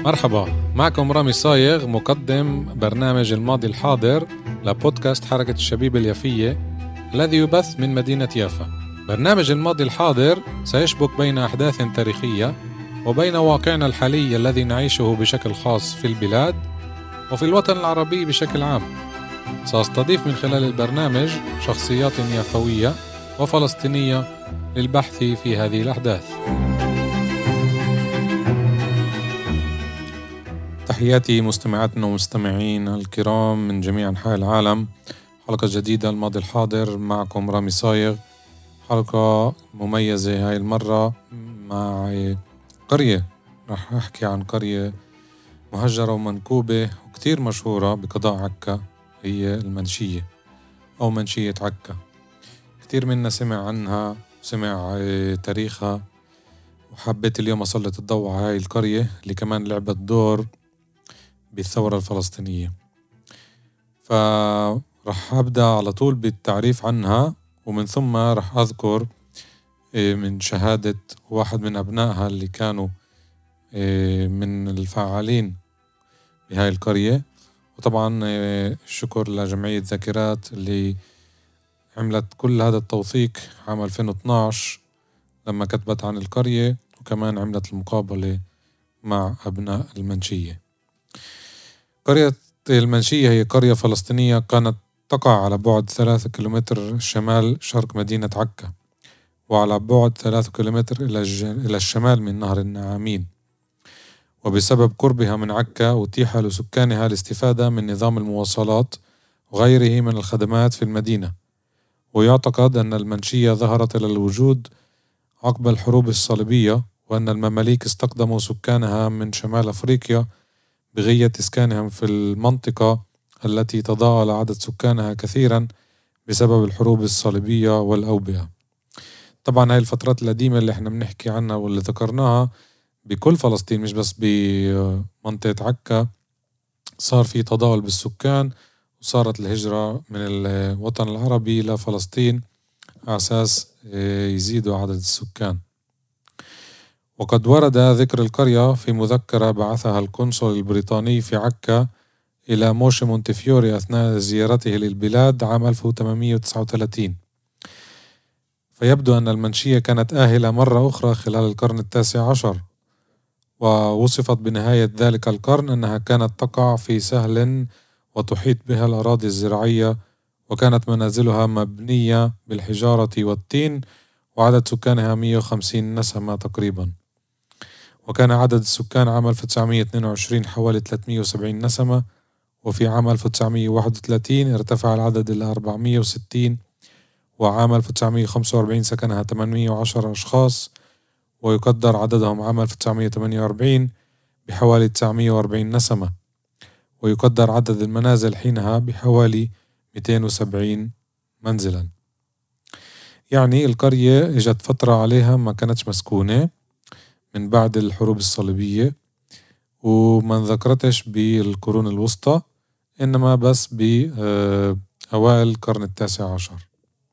مرحبا، معكم رامي صايغ مقدم برنامج الماضي الحاضر لبودكاست حركة الشبيب اليافية الذي يبث من مدينة يافا. برنامج الماضي الحاضر سيشبك بين أحداث تاريخية وبين واقعنا الحالي الذي نعيشه بشكل خاص في البلاد وفي الوطن العربي بشكل عام. سأستضيف من خلال البرنامج شخصيات يافوية وفلسطينية للبحث في هذه الأحداث. تحياتي مستمعاتنا ومستمعين الكرام من جميع أنحاء العالم. حلقة جديدة الماضي الحاضر، معكم رامي صايغ. حلقة مميزة هاي المرة مع قرية، راح أحكي عن قرية مهجرة ومنكوبة وكتير مشهورة بقضاء عكا، هي المنشية أو منشية عكا. كتير منا سمع عنها وسمع تاريخها، وحبيت اليوم أسلط الضوء على هاي القرية اللي كمان لعبت دور بالثورة الفلسطينية. فرح أبدأ على طول بالتعريف عنها، ومن ثم رح أذكر من شهادة واحد من أبنائها اللي كانوا من الفعالين بهاي القرية. وطبعا الشكر لجمعية ذاكرات اللي عملت كل هذا التوثيق عام 2012 لما كتبت عن القرية، وكمان عملت المقابلة مع أبناء المنشية. قرية المنشية هي قرية فلسطينية كانت تقع على بعد 3 كيلومتر شمال شرق مدينة عكا، وعلى بعد 3 كيلومتر إلى الشمال من نهر النعامين. وبسبب قربها من عكا أتيح لسكانها الاستفادة من نظام المواصلات وغيره من الخدمات في المدينة. ويعتقد أن المنشية ظهرت إلى الوجود عقب الحروب الصليبية، وأن المماليك استقدموا سكانها من شمال أفريقيا بغية إسكانهم في المنطقة التي تضاءل عدد سكانها كثيرا بسبب الحروب الصليبية والأوبئة. طبعا هاي الفترات القديمة اللي احنا بنحكي عنها واللي ذكرناها بكل فلسطين، مش بس بمنطقة عكا، صار في تضاؤل بالسكان، وصارت الهجرة من الوطن العربي لفلسطين على أساس يزيدوا عدد السكان. وقد ورد ذكر القرية في مذكرة بعثها القنصل البريطاني في عكا إلى موشي مونتيفيوري أثناء زيارته للبلاد عام 1839. فيبدو أن المنشية كانت آهلة مرة أخرى خلال القرن 19، ووصفت بنهاية ذلك القرن أنها كانت تقع في سهل وتحيط بها الأراضي الزراعية، وكانت منازلها مبنية بالحجارة والطين، وعدد سكانها 150 نسمة تقريبا. وكان عدد السكان عام 1922 حوالي 370 نسمة، وفي عام 1931 ارتفع العدد إلى 460، وعام 1945 سكنها 810 أشخاص، ويقدر عددهم عام 1948 بحوالي 940 نسمة، ويقدر عدد المنازل حينها بحوالي 270 منزلا. يعني القرية اجت فترة عليها ما كانتش مسكونة من بعد الحروب الصليبية، وما ذكرتش بالقرون الوسطى، إنما بس بأوائل القرن 19.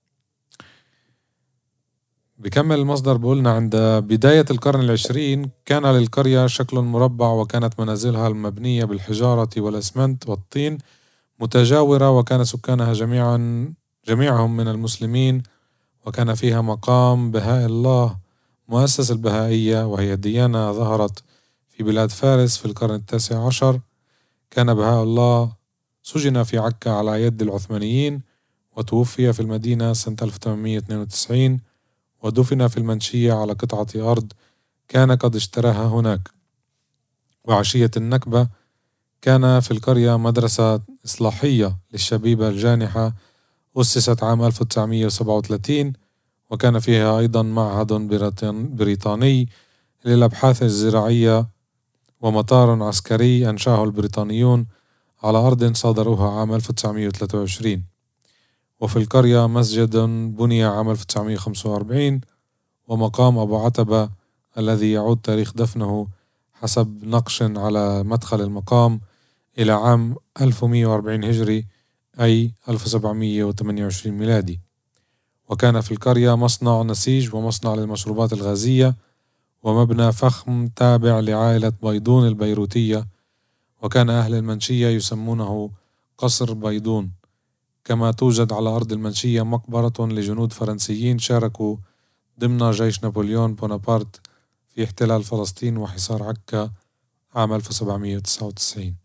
بكمل المصدر بقولنا: عند بداية القرن 20 كان للقرية شكل مربع، وكانت منازلها المبنية بالحجارة والأسمنت والطين متجاورة، وكان سكانها جميعهم من المسلمين، وكان فيها مقام بهاء الله مؤسس البهائية، وهي ديانة ظهرت في بلاد فارس في القرن 19. كان بهاء الله سجن في عكا على يد العثمانيين، وتوفي في المدينة سنة 1892، ودفن في المنشية على قطعة أرض كان قد اشتراها هناك. وعشية النكبة كان في القرية مدرسة إصلاحية للشبيبة الجانحة أسست عام 1937، وكان فيها أيضا معهد بريطاني للأبحاث الزراعية، ومطار عسكري أنشأه البريطانيون على أرض صادروها عام 1923. وفي القرية مسجد بني عام 1945، ومقام أبو عتبة الذي يعود تاريخ دفنه حسب نقش على مدخل المقام إلى عام 1140 هجري، أي 1728 ميلادي. وكان في القرية مصنع نسيج ومصنع للمشروبات الغازية، ومبنى فخم تابع لعائلة بيضون البيروتية، وكان أهل المنشية يسمونه قصر بيضون. كما توجد على أرض المنشية مقبرة لجنود فرنسيين شاركوا ضمن جيش نابليون بونابرت في احتلال فلسطين وحصار عكا عام 1799.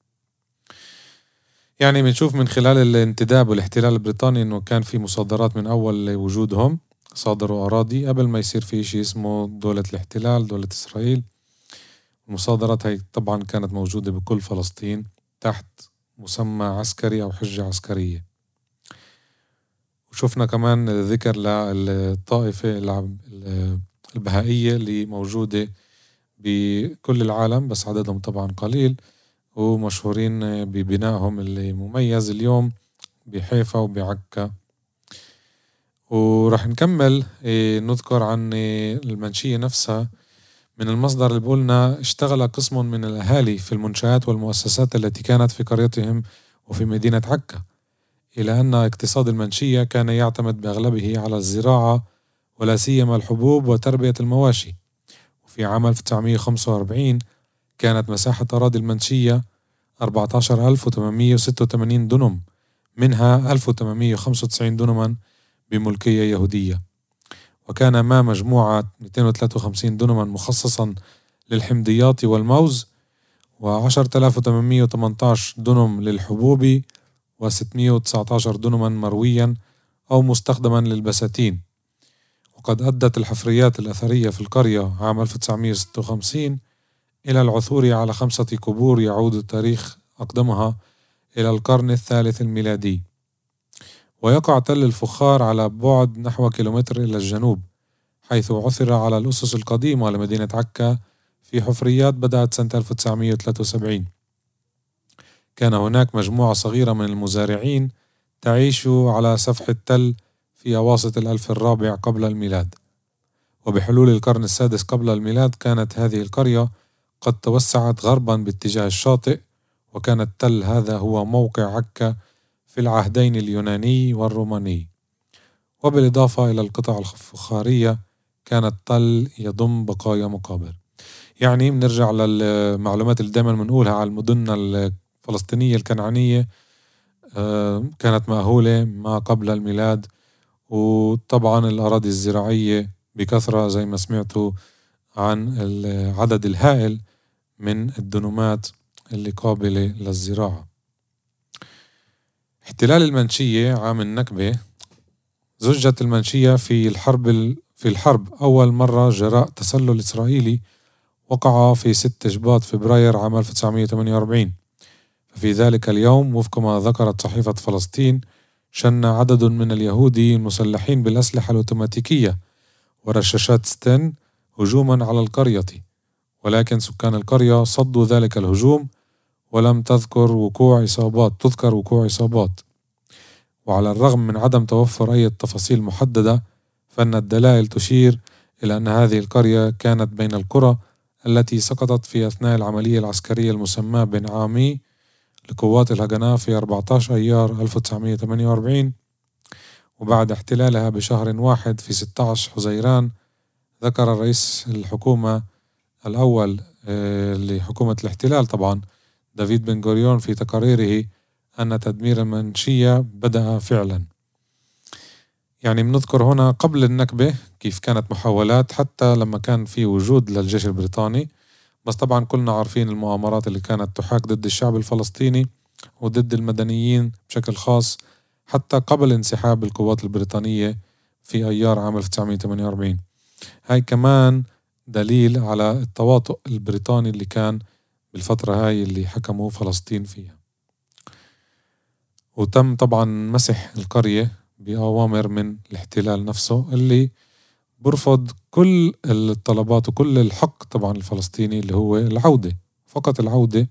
يعني بنشوف من خلال الانتداب والاحتلال البريطاني إنه كان في مصادرات من أول وجودهم، صادروا أراضي قبل ما يصير في شيء اسمه دولة الاحتلال، دولة إسرائيل. المصادرات هي طبعا كانت موجودة بكل فلسطين تحت مسمى عسكري أو حجة عسكرية. وشفنا كمان ذكر للطائفة البهائية اللي موجودة بكل العالم، بس عددهم طبعا قليل، ومشهورين ببنائهم اللي مميز اليوم بحيفا وبعكا. ورح نكمل نذكر عن المنشية نفسها. من المصدر اللي بقولنا اشتغل قسم من الأهالي في المنشآت والمؤسسات التي كانت في قريتهم وفي مدينة عكا، إلى أن اقتصاد المنشية كان يعتمد بأغلبه على الزراعة ولا سيما الحبوب وتربية المواشي. وفي عام 1945 كانت مساحة أراضي المنشية 14,886 دنم، منها 1895 دنما بملكية يهودية، وكان ما مجموعة 253 دنما مخصصا للحمضيات والموز، و10,818 دنم للحبوب، و619 دنما مرويا أو مستخدما للبساتين. وقد أدت الحفريات الأثرية في القرية عام 1956 إلى العثور على 5 قبور يعود التاريخ أقدمها إلى القرن الثالث الميلادي. ويقع تل الفخار على بعد نحو كيلومتر إلى الجنوب، حيث عثر على الأسس القديمة لمدينة عكا في حفريات بدأت سنة 1973. كان هناك مجموعة صغيرة من المزارعين تعيش على سفح التل في أواسط الألف الرابع قبل الميلاد، وبحلول القرن السادس قبل الميلاد كانت هذه القرية قد توسعت غربا باتجاه الشاطئ، وكان التل هذا هو موقع عكا في العهدين اليوناني والروماني. وبالإضافة إلى القطع الفخارية كان التل يضم بقايا مقابر. يعني بنرجع للمعلومات اللي دائما بنقولها على المدن الفلسطينية الكنعانية، كانت مأهولة ما قبل الميلاد، وطبعا الأراضي الزراعية بكثرة زي ما سمعتوا عن العدد الهائل من الدنومات اللي قابلة للزراعة. احتلال المنشية عام النكبة. زجت المنشية في الحرب أول مرة جراء تسلل إسرائيلي وقع في 6 شباط فبراير عام 1948. ففي ذلك اليوم وفق ما ذكرت صحيفة فلسطين شن عدد من اليهود المسلحين بالأسلحة الأوتوماتيكية ورشاشات ستن هجوما على القرية، ولكن سكان القرية صدوا ذلك الهجوم ولم تذكر وقوع إصابات. وعلى الرغم من عدم توفر أي تفاصيل محددة، فإن الدلائل تشير إلى أن هذه القرية كانت بين القرى التي سقطت في أثناء العملية العسكرية المسماة بن عامي لقوات الهجنة في 14 أيار 1948. وبعد احتلالها بشهر واحد في 16 حزيران، ذكر رئيس الحكومة الأول لحكومة الاحتلال طبعا دافيد بن غوريون في تقاريره أن تدمير المنشية بدأ فعلا. يعني بنذكر هنا قبل النكبة كيف كانت محاولات حتى لما كان في وجود للجيش البريطاني، بس طبعا كلنا عارفين المؤامرات اللي كانت تحاك ضد الشعب الفلسطيني وضد المدنيين بشكل خاص حتى قبل انسحاب القوات البريطانية في أيار عام 1948. هاي كمان دليل على التواطؤ البريطاني اللي كان بالفترة هاي اللي حكموا فلسطين فيها. وتم طبعا مسح القرية بأوامر من الاحتلال نفسه اللي برفض كل الطلبات وكل الحق طبعا الفلسطيني اللي هو العودة، فقط العودة،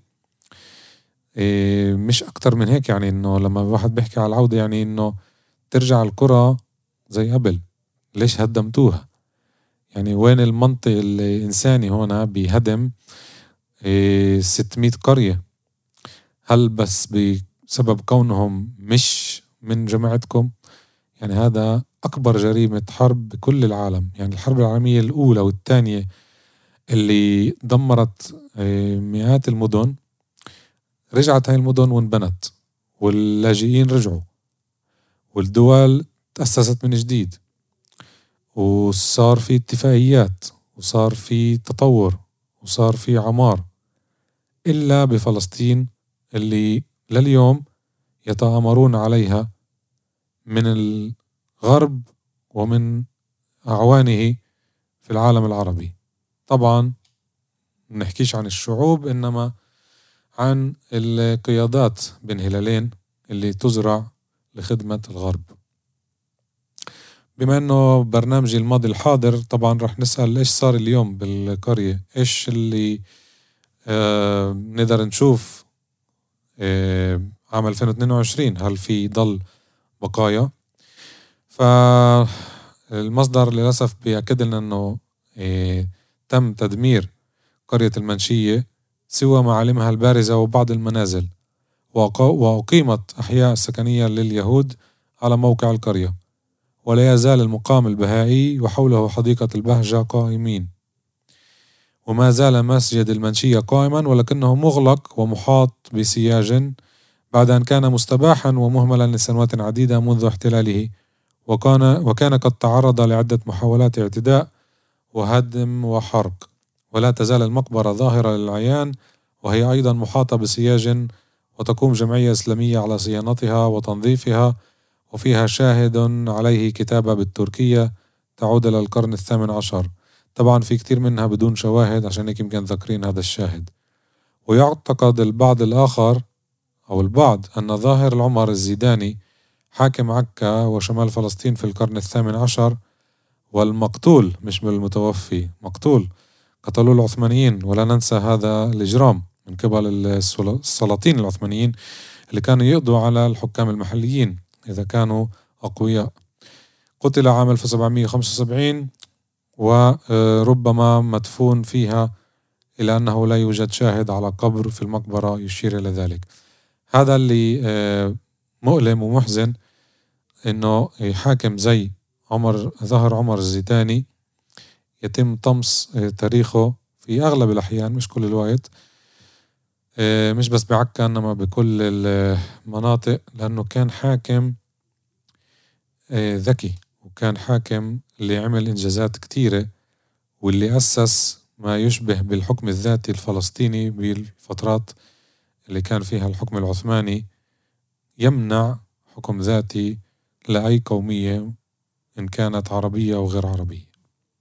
مش أكتر من هيك. يعني إنه لما واحد بيحكي على العودة يعني إنه ترجع القرى زي قبل، ليش هدمتوها؟ يعني وين المنطق الإنساني هنا بهدم 600 قرية؟ هل بس بسبب كونهم مش من جماعتكم؟ يعني هذا أكبر جريمة حرب بكل العالم. يعني الحرب العالمية الأولى والثانية اللي دمرت مئات المدن، رجعت هاي المدن وانبنت، واللاجئين رجعوا، والدول تأسست من جديد، وصار في اتفاقيات، وصار في تطور، وصار في عمار، إلا بفلسطين اللي لليوم يتآمرون عليها من الغرب ومن أعوانه في العالم العربي. طبعا منحكيش عن الشعوب، إنما عن القيادات بين هلالين اللي تزرع لخدمة الغرب. بما أنه برنامجي الماضي الحاضر، طبعا رح نسأل إيش صار اليوم بالقرية، إيش اللي نقدر نشوف عام 2022، هل في ضل بقايا؟ فالمصدر للأسف بيأكد لنا أنه تم تدمير قرية المنشية سوى معالمها البارزة وبعض المنازل، وأقيمت أحياء سكنية لليهود على موقع القرية، ولا يزال المقام البهائي وحوله حديقة البهجة قائمين، وما زال مسجد المنشية قائما ولكنه مغلق ومحاط بسياج بعد أن كان مستباحا ومهملا لسنوات عديدة منذ احتلاله، وكان قد تعرض لعدة محاولات اعتداء وهدم وحرق. ولا تزال المقبرة ظاهرة للعيان، وهي أيضا محاطة بسياج، وتقوم جمعية إسلامية على صيانتها وتنظيفها، وفيها شاهد عليه كتابة بالتركية تعود إلى القرن 18. طبعا في كتير منها بدون شواهد، عشان هيك يمكن ذكرين هذا الشاهد. ويعتقد البعض الآخر أو البعض أن ظاهر العمر الزيداني حاكم عكا وشمال فلسطين في القرن 18، والمقتول مش بالمتوفي، مقتول قتلوه العثمانيين، ولا ننسى هذا الإجرام من قبل السلاطين العثمانيين اللي كانوا يقضوا على الحكام المحليين إذا كانوا أقوياء. قتل عام 1775 وربما مدفون فيها، إلى أنه لا يوجد شاهد على قبر في المقبرة يشير إلى ذلك. هذا اللي مؤلم ومحزن، إنه حاكم زي ظهر عمر الزيداني يتم طمس تاريخه في أغلب الأحيان، مش كل الوقت، مش بس بعكا إنما بكل المناطق، لأنه كان حاكم ذكي، وكان حاكم اللي عمل إنجازات كتيرة، واللي أسس ما يشبه بالحكم الذاتي الفلسطيني بالفترات اللي كان فيها الحكم العثماني يمنع حكم ذاتي لأي قومية إن كانت عربية أو غير عربية.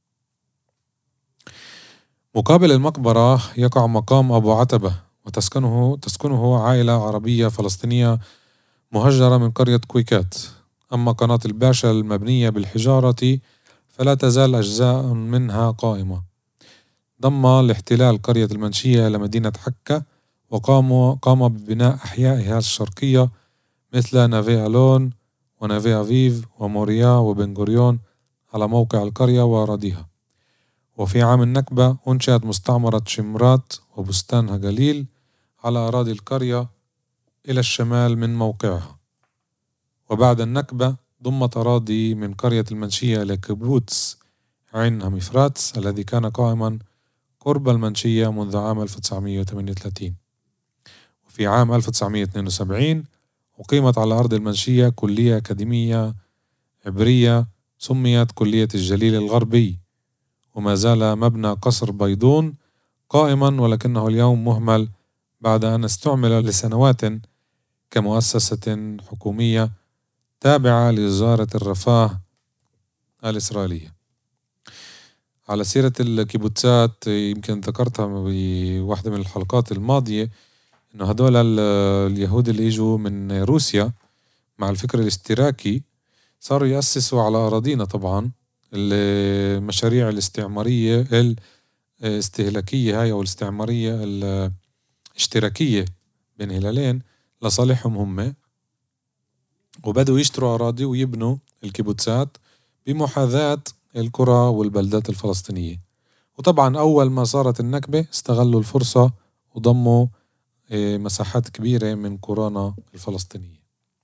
مقابل المقبرة يقع مقام أبو عتبة، وتسكنه عائلة عربية فلسطينية مهجرة من قرية كويكات. أما قناة الباشا المبنية بالحجارة فلا تزال أجزاء منها قائمة. ضم الاحتلال قرية المنشية إلى مدينة حكا، قام ببناء أحيائها الشرقية مثل نافي ألون ونافي أفيف وموريا وبن غوريون على موقع القرية وأراضيها. وفي عام النكبة أنشأت مستعمرة شمرات وبستانها جليل على أراضي القرية إلى الشمال من موقعها. وبعد النكبة ضمت أراضي من قرية المنشية إلى كيبوتس عين هميفراتس الذي كان قائما قرب المنشية منذ عام 1938. وفي عام 1972 أقيمت على أرض المنشية كلية أكاديمية عبرية سميت كلية الجليل الغربي، وما زال مبنى قصر بيضون قائما، ولكنه اليوم مهمل بعد أن استعمل لسنوات كمؤسسة حكومية تابعة لوزارة الرفاه الإسرائيلية. على سيرة الكيبوتسات، يمكن ذكرتها بواحدة من الحلقات الماضية، إنه هدول اليهود اللي يجوا من روسيا مع الفكر الاشتراكي صاروا يأسسوا على أراضينا طبعا المشاريع الاستعمارية الاستهلاكية هاي، أو الاستعمارية الاشتراكية بين هلالين لصالحهم هم، وبدوا يشتروا أراضي ويبنوا الكيبوتسات بمحاذاة القرى والبلدات الفلسطينية. وطبعا أول ما صارت النكبة استغلوا الفرصة وضموا مساحات كبيرة من قرانا الفلسطينية.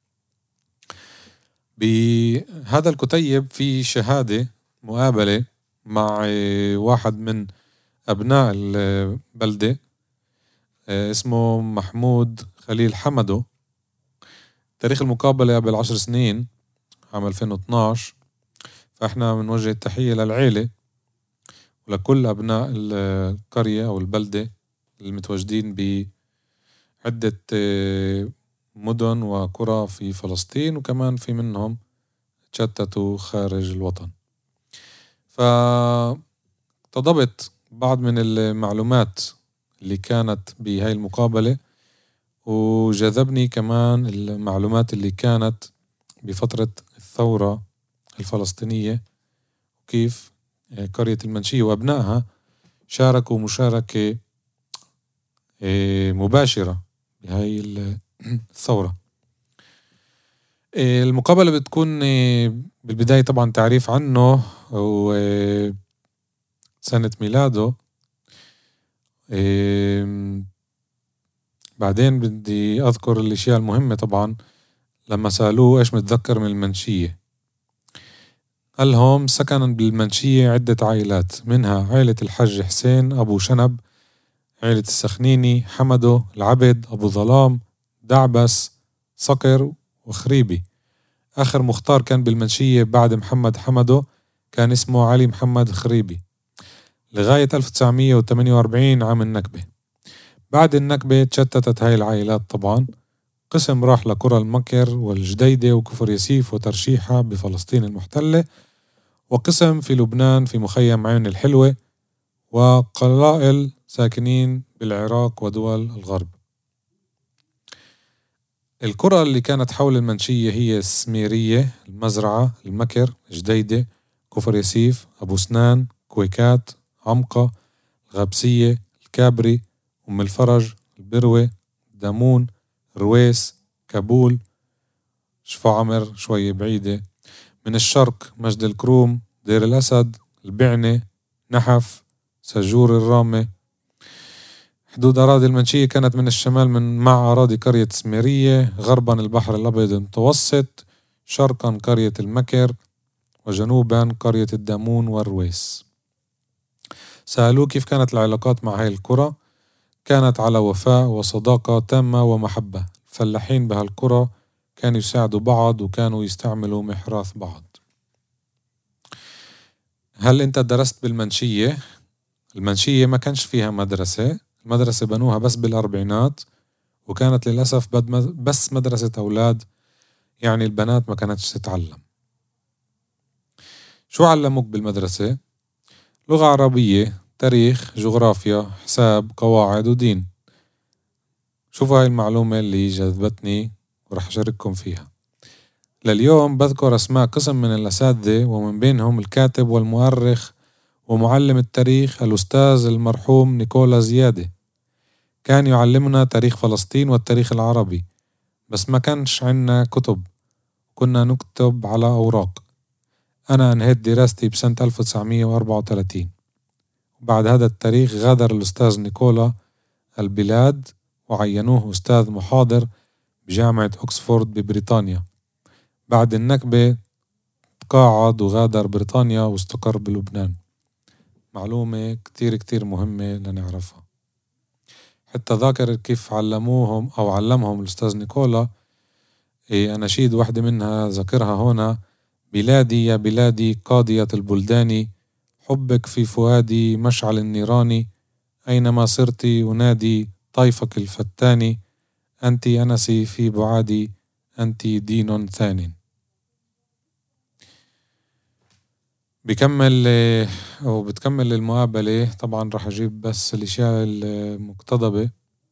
بهذا الكتيب في شهادة مقابلة مع واحد من أبناء البلدة اسمه محمود خليل حمدو. تاريخ المقابلة قبل 10 سنين عام 2012. فإحنا بنوجه التحية للعيلة ولكل أبناء القرية أو البلدة المتواجدين بعدة مدن وقرى في فلسطين، وكمان في منهم تشتتوا خارج الوطن. فتضبط بعض من المعلومات اللي كانت بهاي المقابلة، وجذبني كمان المعلومات اللي كانت بفترة الثورة الفلسطينية، وكيف قرية المنشية وأبنائها شاركوا مشاركة مباشرة بهاي الثورة. المقابلة بتكون بالبداية طبعا تعريف عنه وسنة ميلاده. بعدين بدي أذكر الأشياء المهمة. طبعا لما سألوه إيش متذكر من المنشية، قال لهم سكن بالمنشية عدة عائلات، منها عائلة الحج حسين أبو شنب، عائلة السخنيني، حمدو، العبد، أبو ظلام، دعبس، صقر وخريبي. آخر مختار كان بالمنشية بعد محمد حمدو كان اسمه علي محمد خريبي لغاية 1948 عام النكبة. بعد النكبة تشتتت هاي العائلات طبعا، قسم راح لقرى المكر والجديدة وكفر ياسيف وترشيحة بفلسطين المحتلة، وقسم في لبنان في مخيم عين الحلوة، وقلائل ساكنين بالعراق ودول الغرب. القرى اللي كانت حول المنشية هي السميرية، المزرعة، المكر، الجديدة، كفر ياسيف، أبو سنان، كويكات، عمقة، الغابسية، الكابري، أم الفرج، البروة، دامون، رويس، كابول، شفا عمر شوية بعيدة. من الشرق مجد الكروم، دير الأسد، البعنة، نحف، سجور الرامة. حدود أراضي المنشية كانت من الشمال مع أراضي قرية سميرية، غربا البحر الأبيض المتوسط، شرقا قرية المكر، وجنوبا قرية الدامون والرويس. سألوه كيف كانت العلاقات مع هاي القرى. كانت على وفاء وصداقة تامة ومحبة. الفلاحين بهالقرى كانوا يساعدوا بعض وكانوا يستعملوا محراث بعض. هل أنت درست بالمنشية؟ المنشية ما كانش فيها مدرسة، المدرسة بنوها بس بالأربعينات، وكانت للأسف بس مدرسة أولاد، يعني البنات ما كانتش تتعلم. شو علموك بالمدرسة؟ لغة عربية، تاريخ، جغرافيا، حساب، قواعد ودين. شوفوا هاي المعلومة اللي جذبتني ورح أشارككم فيها. لليوم بذكر أسماء قسم من الأساتذة، ومن بينهم الكاتب والمؤرخ ومعلم التاريخ الأستاذ المرحوم نيكولا زيادة. كان يعلمنا تاريخ فلسطين والتاريخ العربي، بس ما كانش عنا كتب، كنا نكتب على أوراق. أنا أنهيت دراستي بسنة 1934. وبعد هذا التاريخ غادر الأستاذ نيكولا البلاد وعينوه أستاذ محاضر بجامعة أكسفورد ببريطانيا. بعد النكبة تقاعد وغادر بريطانيا واستقر بلبنان. معلومة كتير كتير مهمة لنعرفها. حتى ذاكر كيف علموهم أو علمهم الأستاذ نيكولا أناشيد، واحدة منها ذكرها هنا: بلادي يا بلادي قاضية البلدان، حبك في فؤادي مشعل النيران، أينما صرت أنادي طيفك الفتان، أنت أنسي في بعادي، أنت دين ثان. بكمل أو بتكمل المقابلة. طبعا رح أجيب بس الأشياء المقتضبة.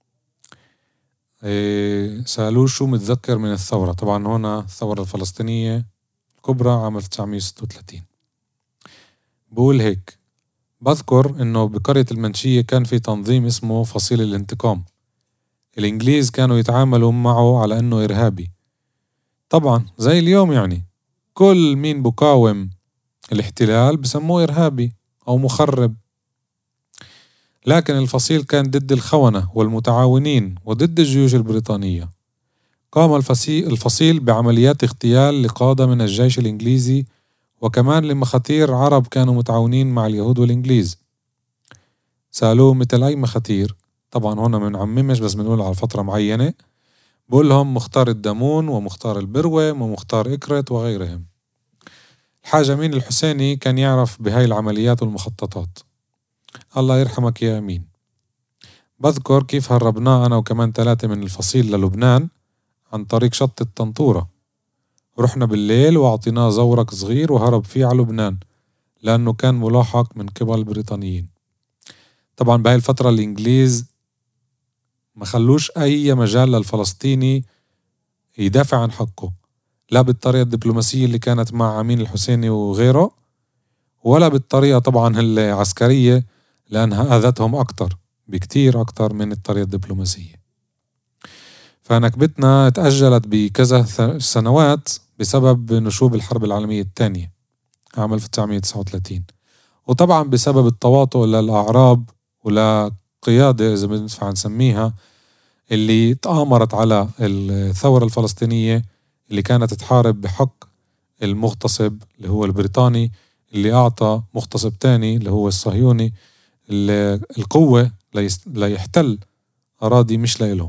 سألوه شو متذكر من الثورة. طبعا هنا الثورة الفلسطينية الكبرى عام 1936. بقول هيك: بذكر إنه بقرية المنشية كان في تنظيم اسمه فصيل الانتقام. الإنجليز كانوا يتعاملوا معه على إنه إرهابي، طبعا زي اليوم، يعني كل مين بقاوم الاحتلال بسموه إرهابي أو مخرب. لكن الفصيل كان ضد الخونة والمتعاونين وضد الجيوش البريطانية. قام الفصيل بعمليات اغتيال لقادة من الجيش الإنجليزي، وكمان لمخاتير عرب كانوا متعاونين مع اليهود والإنجليز. سألوه مثل أي مخاتير، طبعا هنا منعممش بس بنقول على فترة معينة، بقول لهم مختار الدامون ومختار البروة ومختار إكرت وغيرهم. الحاج أمين الحسيني كان يعرف بهاي العمليات والمخططات، الله يرحمك يا أمين. بذكر كيف هربناه أنا وكمان 3 من الفصيل للبنان عن طريق شط الطنطورة. رحنا بالليل وأعطيناه زورق صغير وهرب فيه على لبنان لأنه كان ملاحق من قبل البريطانيين. طبعا بهاي الفترة الإنجليز ما خلوش أي مجال للفلسطيني يدافع عن حقه، لا بالطريقة الدبلوماسية اللي كانت مع أمين الحسيني وغيره، ولا بالطريقة طبعا العسكرية لأنها أذتهم أكتر بكتير أكتر من الطريقة الدبلوماسية. فنكبتنا تأجلت بكذا سنوات بسبب نشوب الحرب العالمية الثانية عام 1939، وطبعا بسبب التواطؤ للأعراب ولا قيادة إذا بندفع نسميها اللي تآمرت على الثورة الفلسطينية اللي كانت تحارب بحق المغتصب اللي هو البريطاني اللي أعطى مغتصب تاني اللي هو الصهيوني القوة ليحتل أراضي مش لإلهم.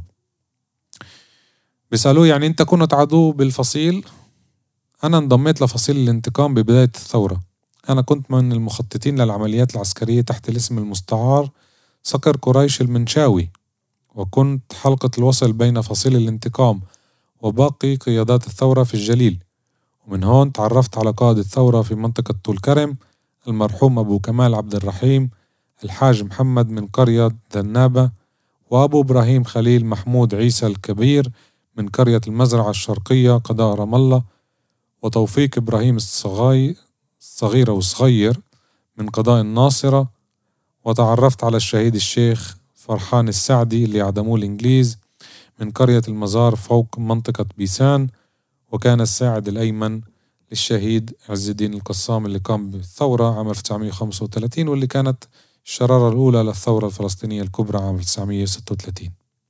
بيسألوه يعني أنت كنت عدو بالفصيل؟ أنا انضميت لفصيل الانتقام ببداية الثورة، أنا كنت من المخططين للعمليات العسكرية تحت الاسم المستعار صقر قريش المنشاوي، وكنت حلقة الوصل بين فصيل الانتقام وباقي قيادات الثورة في الجليل. ومن هون تعرفت على قائد الثورة في منطقة طول كرم المرحوم أبو كمال عبد الرحيم الحاج محمد من قرية ذنابة، وأبو إبراهيم خليل محمود عيسى الكبير من قرية المزرعة الشرقية قضاء رام الله، وتوفيق إبراهيم الصغيرة وصغير من قضاء الناصرة. وتعرفت على الشهيد الشيخ فرحان السعدي اللي عدموه الإنجليز من قرية المزار فوق منطقة بيسان، وكان الساعد الأيمن للشهيد عز الدين القسام اللي قام بالثورة عام 1935 واللي كانت الشرارة الأولى للثورة الفلسطينية الكبرى عام 1936.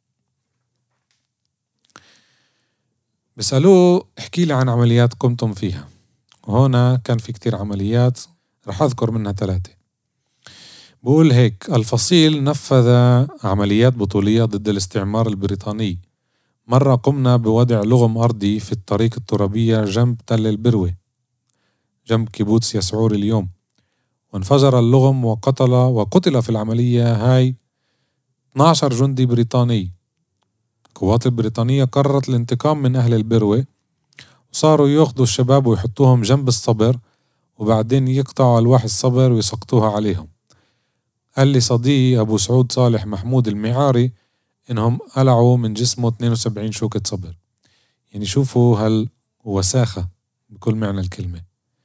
بسألوه احكي لي عن عمليات قمتم فيها، وهنا كان في كتير عمليات رح أذكر منها 3. بقول هيك: الفصيل نفذ عمليات بطولية ضد الاستعمار البريطاني. مرة قمنا بوضع لغم أرضي في الطريق الترابية جنب تل البروة جنب كيبوتس يسعور اليوم، وانفجر اللغم وقتل في العملية هاي 12 جندي بريطاني. القوات البريطانية قررت الانتقام من أهل البروة، وصاروا يأخذوا الشباب ويحطوهم جنب الصبر وبعدين يقطعوا ألواح الصبر ويسقطوها عليهم. قال لي صديقي أبو سعود صالح محمود المعاري إنهم قلعوا من جسمه 72 شوكة صبر. يعني شوفوا هالوساخة بكل معنى الكلمة.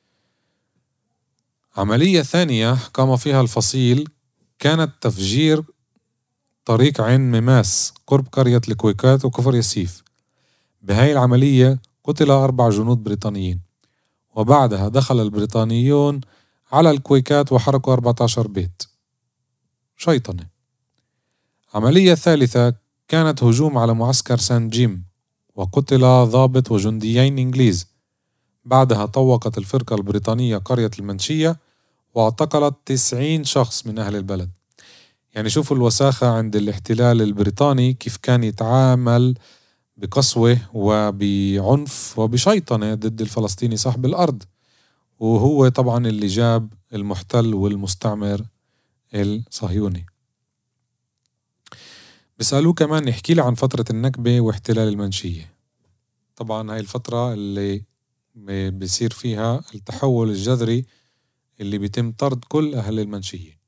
عملية ثانية قام فيها الفصيل كانت تفجير طريق عين مماس قرب قرية الكويكات وكفر ياسيف. بهاي العملية قتل 4 جنود بريطانيين، وبعدها دخل البريطانيون على الكويكات وحرقوا 14 بيت. شيطنة. عملية ثالثة كانت هجوم على معسكر سان جيم وقتل ضابط وجنديين إنجليز. بعدها طوقت الفرقة البريطانية قرية المنشية واعتقلت 90 شخص من أهل البلد. يعني شوفوا الوساخة عند الاحتلال البريطاني كيف كان يتعامل بقسوة وبعنف وبشيطنة ضد الفلسطيني صاحب الأرض، وهو طبعا اللي جاب المحتل والمستعمر الصهيوني. بسألوه كمان يحكي لي عن فترة النكبة واحتلال المنشية. طبعا هاي الفترة اللي بيصير فيها التحول الجذري اللي بيتم طرد كل أهل المنشية.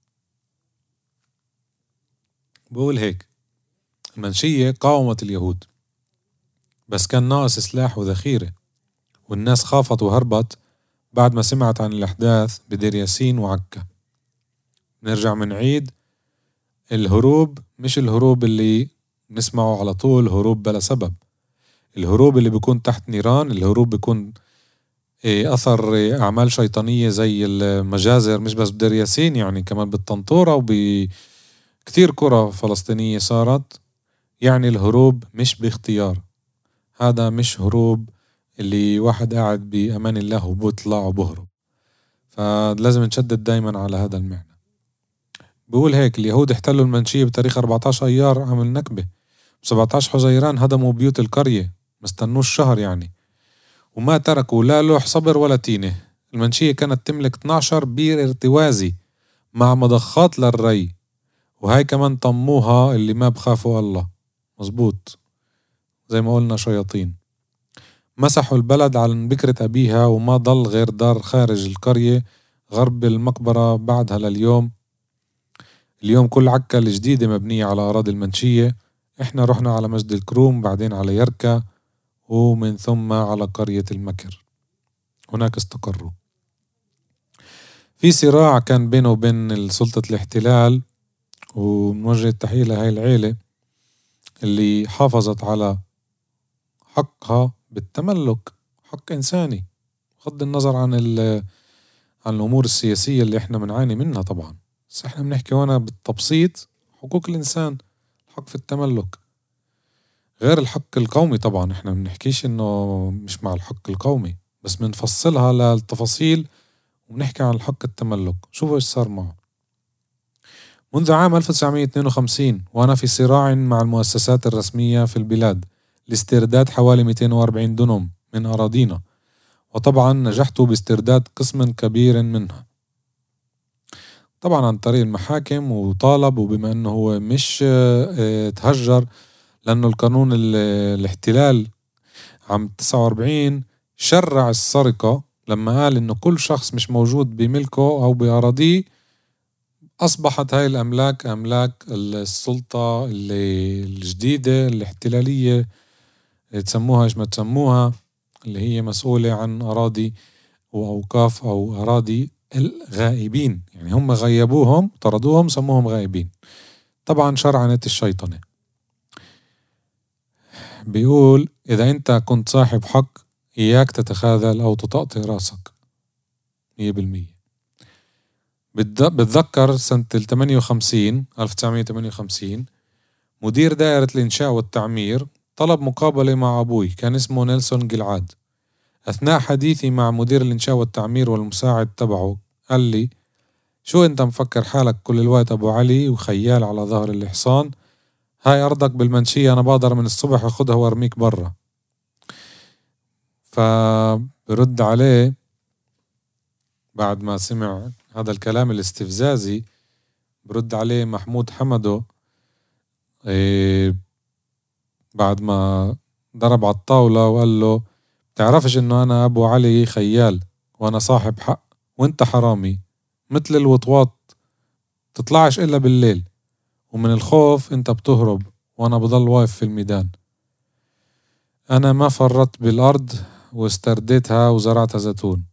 بقول هيك: المنشية قاومت اليهود بس كان ناقص سلاح وذخيرة، والناس خافت وهربت بعد ما سمعت عن الأحداث بدير ياسين وعكا. نرجع من عيد الهروب مش الهروب اللي نسمعه على طول هروب بلا سبب. الهروب اللي بيكون تحت نيران، الهروب بيكون أثر أعمال شيطانية زي المجازر مش بس بدير ياسين، يعني كمان بالطنطورة وبكتير قرى فلسطينية صارت. يعني الهروب مش باختيار، هذا مش هروب اللي واحد قاعد بأمان الله وبطلع وبهرب. فلازم نشدد دايما على هذا المعنى. بيقول هيك: اليهود احتلوا المنشية بتاريخ 14 أيار عام النكبة، ب17 حزيران هدموا بيوت القرية، مستنوش شهر يعني، وما تركوا لا لوح صبر ولا تينة. المنشية كانت تملك 12 بير ارتوازي مع مضخات للري، وهاي كمان طموها اللي ما بخافوا الله. مزبوط، زي ما قلنا شياطين. مسحوا البلد عن بكرة أبيها، وما ضل غير دار خارج القرية غرب المقبرة بعدها لليوم. اليوم كل عكا الجديدة مبنية على أراضي المنشية. إحنا رحنا على مجد الكروم، بعدين على يركا، ومن ثم على قرية المكر، هناك استقروا. في صراع كان بينه وبين سلطة الاحتلال، وموجه التحية لهاي العيلة اللي حافظت على حقها بالتملك، حق إنساني بغض النظر عن الأمور السياسية اللي إحنا بنعاني منها طبعا. بس إحنا بنحكي هنا بالتبسيط حقوق الإنسان، الحق في التملك غير الحق القومي. طبعا إحنا بنحكيش إنه مش مع الحق القومي، بس بنفصلها للتفاصيل وبنحكي عن الحق التملك. شوفوا إيش صار معه. منذ عام 1952 وأنا في صراع مع المؤسسات الرسمية في البلاد لاسترداد حوالي 240 دنم من أراضينا، وطبعا نجحت باسترداد قسم كبير منها طبعا عن طريق المحاكم، وطالب، وبما أنه هو مش تهجر، لأنه القانون الاحتلال عام 49 شرع السرقة لما قال إنه كل شخص مش موجود بملكه أو بأراضيه أصبحت هاي الأملاك أملاك السلطة الجديدة الاحتلالية، تسموها إيش ما تسموها، اللي هي مسؤولة عن أراضي وأوقاف أو أراضي الغائبين. يعني هم غيبوهم، طردوهم، سموهم غائبين. طبعا شرعنة الشيطنة. بيقول إذا أنت كنت صاحب حق إياك تتخاذل أو تطأطئ راسك. 100%. بتذكر سنة 1958 مدير دائرة الإنشاء والتعمير طلب مقابلة مع أبوي، كان اسمه نيلسون جلعاد. أثناء حديثي مع مدير الإنشاء والتعمير والمساعد تبعه قال لي: شو أنت مفكر حالك كل الوقت أبو علي وخيال على ظهر الحصان؟ هاي أرضك بالمنشية، أنا بقدر من الصبح أخدها وأرميك برا. فبرد عليه بعد ما سمع هذا الكلام الاستفزازي، برد عليه محمود حمدو بعد ما ضرب على الطاولة وقال له: تعرفش إنه أنا أبو علي خيال وأنا صاحب حق، وإنت حرامي مثل الوطواط، تطلعش إلا بالليل، ومن الخوف إنت بتهرب وأنا بضل واقف في الميدان. أنا ما فرطت بالأرض واسترديتها وزرعتها زيتون.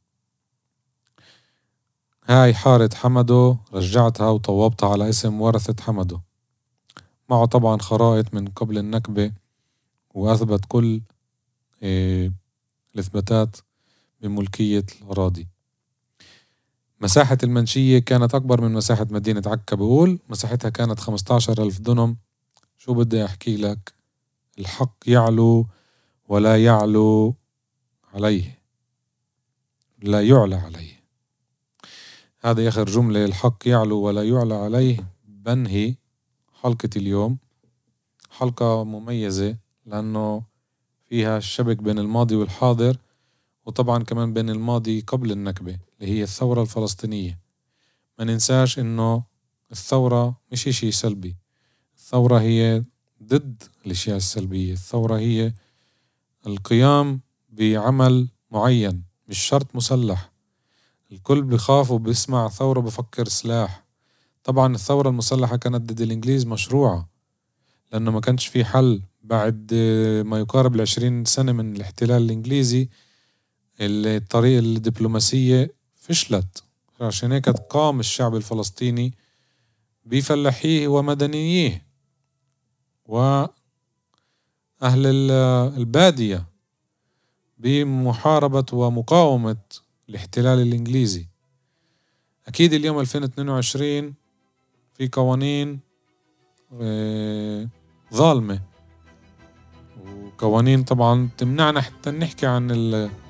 هاي حارة حمدو رجعتها وطوبتها على اسم ورثة حمدو، معه طبعا خرائط من قبل النكبة، وأثبت كل الإثباتات بملكية الأراضي. مساحة المنشية كانت أكبر من مساحة مدينة عكا، بقول مساحتها كانت 15,000 دنم. شو بدي أحكي لك، الحق يعلو ولا يعلو عليه، لا يعلى عليه. هذا آخر جملة، الحق يعلو ولا يعلى عليه. بنهي حلقة اليوم، حلقة مميزة لأنه فيها الشبك بين الماضي والحاضر، وطبعا كمان بين الماضي قبل النكبة اللي هي الثورة الفلسطينية. ما ننساش إنه الثورة مش إشي سلبي، الثورة هي ضد الأشياء السلبية. الثورة هي القيام بعمل معين، مش شرط مسلح. الكل بخاف وبسمع ثورة بفكر سلاح. طبعا الثورة المسلحة كانت ضد الإنجليز مشروعة، لأنه ما كانش في حل بعد ما يقارب 20 سنة من الاحتلال الإنجليزي. الطريقة الدبلوماسية فشلت، عشان هيك قام الشعب الفلسطيني بفلاحيه ومدنييه وأهل البادية بمحاربة ومقاومة الاحتلال الإنجليزي. أكيد اليوم 2022 في قوانين ظالمة، وقوانين طبعا تمنعنا حتى نحكي عن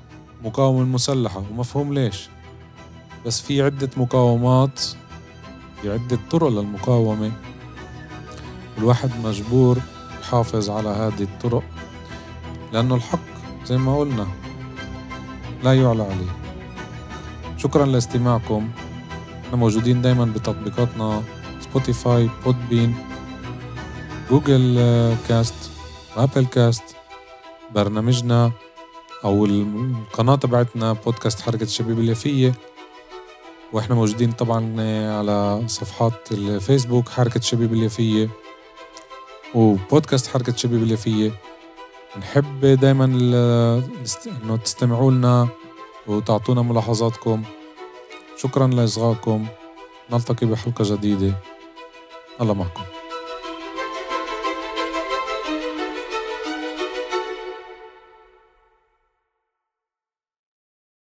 المقاومة المسلحة، ومفهوم ليش. بس في عدة مقاومات بعدة طرق للمقاومة، والواحد مجبور يحافظ على هذه الطرق، لأنه الحق زي ما قلنا لا يعلى عليه. شكرا لاستماعكم. احنا موجودين دايما بتطبيقاتنا سبوتيفاي، بودبين، جوجل كاست، ابل كاست، برنامجنا او القناة تبعتنا بودكاست حركة الشباب اليافية، واحنا موجودين طبعا على صفحات الفيسبوك حركة الشباب اليافية وبودكاست حركة الشباب اليافية. نحب دايما انه تستمعوا لنا وتعطونا ملاحظاتكم. شكرا لإصغائكم، نلتقي بحلقة جديدة. الله معكم.